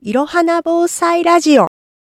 いろはな防災ラジオ。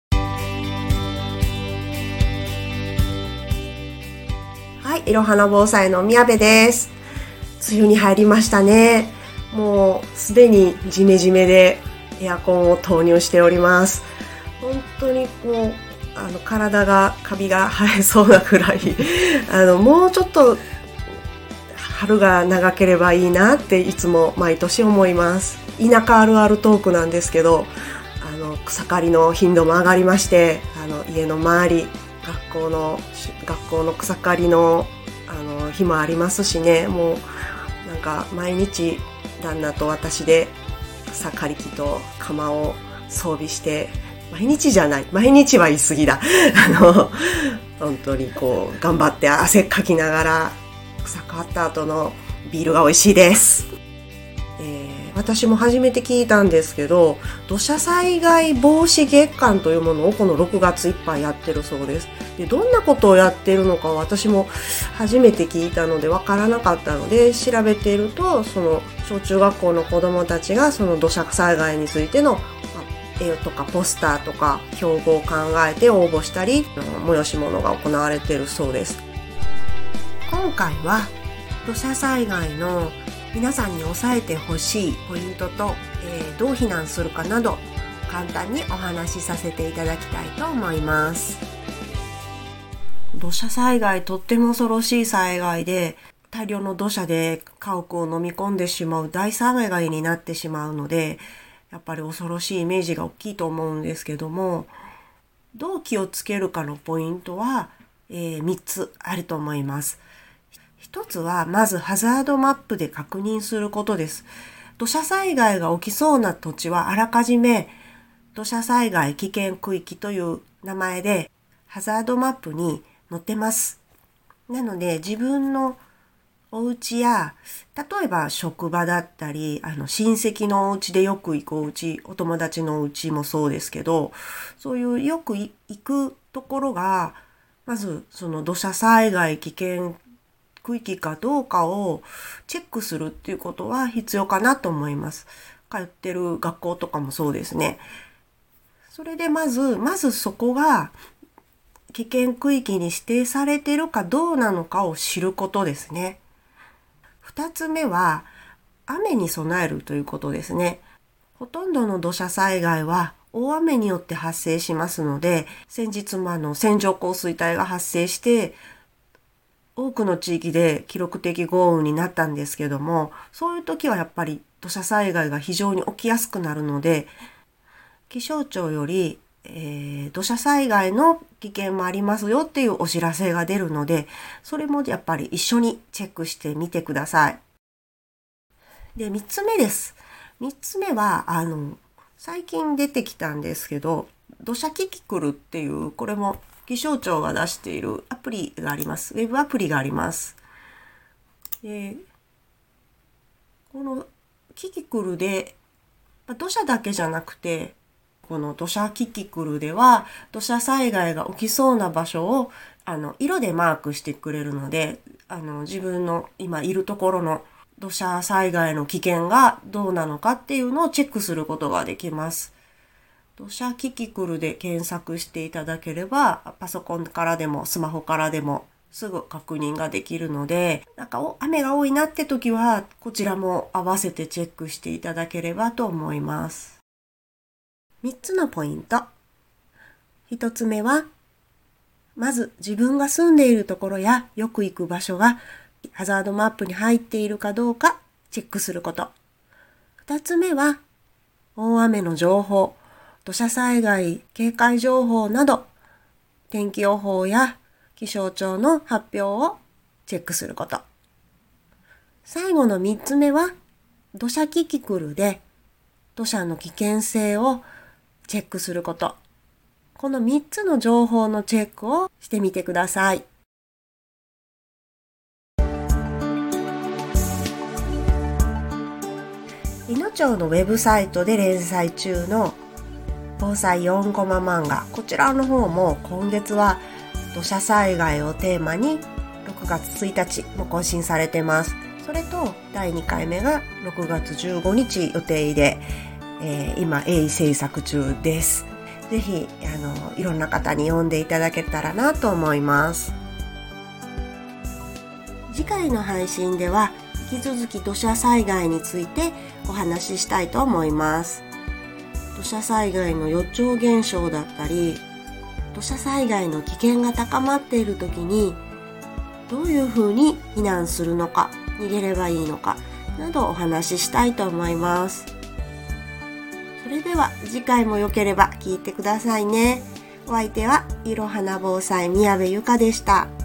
はい、いろはな防災の宮部です。梅雨に入りましたね。もうすでにジメジメでエアコンを投入しております。本当にもう体がカビが生えそうなくらいもうちょっと春が長ければいいなっていつも毎年思います。田舎あるあるトークなんですけど、草刈りの頻度も上がりまして、家の周り、学校の草刈りの日もありますしね。もうなんか毎日旦那と私で草刈り機と鎌を装備して、毎日は言い過ぎだ本当にこう頑張って汗かきながら草刈った後のビールが美味しいです。私も初めて聞いたんですけど、土砂災害防止月間というものをこの6月いっぱいやってるそうです。で、どんなことをやってるのか私も初めて聞いたのでわからなかったので、調べていると、その小中学校の子どもたちがその土砂災害についての絵とかポスターとか標語を考えて応募したり、催し物が行われているそうです。今回は土砂災害の皆さんに押さえてほしいポイントと、どう避難するかなど簡単にお話しさせていただきたいと思います。土砂災害、とっても恐ろしい災害で、大量の土砂で家屋を飲み込んでしまう大災害になってしまうので、やっぱり恐ろしいイメージが大きいと思うんですけども、どう気をつけるかのポイントは、3つあると思います。一つはまずハザードマップで確認することです。土砂災害が起きそうな土地はあらかじめ土砂災害危険区域という名前でハザードマップに載ってます。なので自分のお家や、例えば職場だったり、親戚のお家でよく行くお家、お友達のお家もそうですけど、そういうよく行くところが、まずその土砂災害危険区域かどうかをチェックするっていうことは必要かなと思います。通ってる学校とかもそうですね。それでまずそこが危険区域に指定されているかどうなのかを知ることですね。二つ目は雨に備えるということですね。ほとんどの土砂災害は大雨によって発生しますので、先日も線状降水帯が発生して多くの地域で記録的豪雨になったんですけども、そういう時はやっぱり土砂災害が非常に起きやすくなるので、気象庁より、土砂災害の危険もありますよっていうお知らせが出るので、それもやっぱり一緒にチェックしてみてください。で、3つ目です。3つ目は最近出てきたんですけど、土砂キキクルっていう、これも気象庁が出しているアプリがあります。ウェブアプリがあります。で、このキキクルで、土砂だけじゃなくて、この土砂キキクルでは土砂災害が起きそうな場所を色でマークしてくれるので、自分の今いるところの土砂災害の危険がどうなのかっていうのをチェックすることができます。土砂キキクルで検索していただければ、パソコンからでもスマホからでもすぐ確認ができるので、雨が多いなって時はこちらも合わせてチェックしていただければと思います。3つのポイント。1つ目は、まず自分が住んでいるところやよく行く場所がハザードマップに入っているかどうかチェックすること。2つ目は、大雨の情報、土砂災害警戒情報など、天気予報や気象庁の発表をチェックすること。最後の3つ目は、土砂キキクルで土砂の危険性をチェックすること。この3つの情報のチェックをしてみてください。いのちょうのウェブサイトで連載中の防災4コマ漫画、こちらの方も今月は土砂災害をテーマに6月1日も更新されてます。それと第2回目が6月15日予定で今鋭意制作中です。ぜひいろんな方に読んでいただけたらなと思います。次回の配信では引き続き土砂災害についてお話ししたいと思います。土砂災害の予兆現象だったり、土砂災害の危険が高まっている時にどういうふうに避難するのか、逃げればいいのかなどお話ししたいと思います。それでは次回も良ければ聞いてくださいね。お相手はいろはな防災宮部ゆかでした。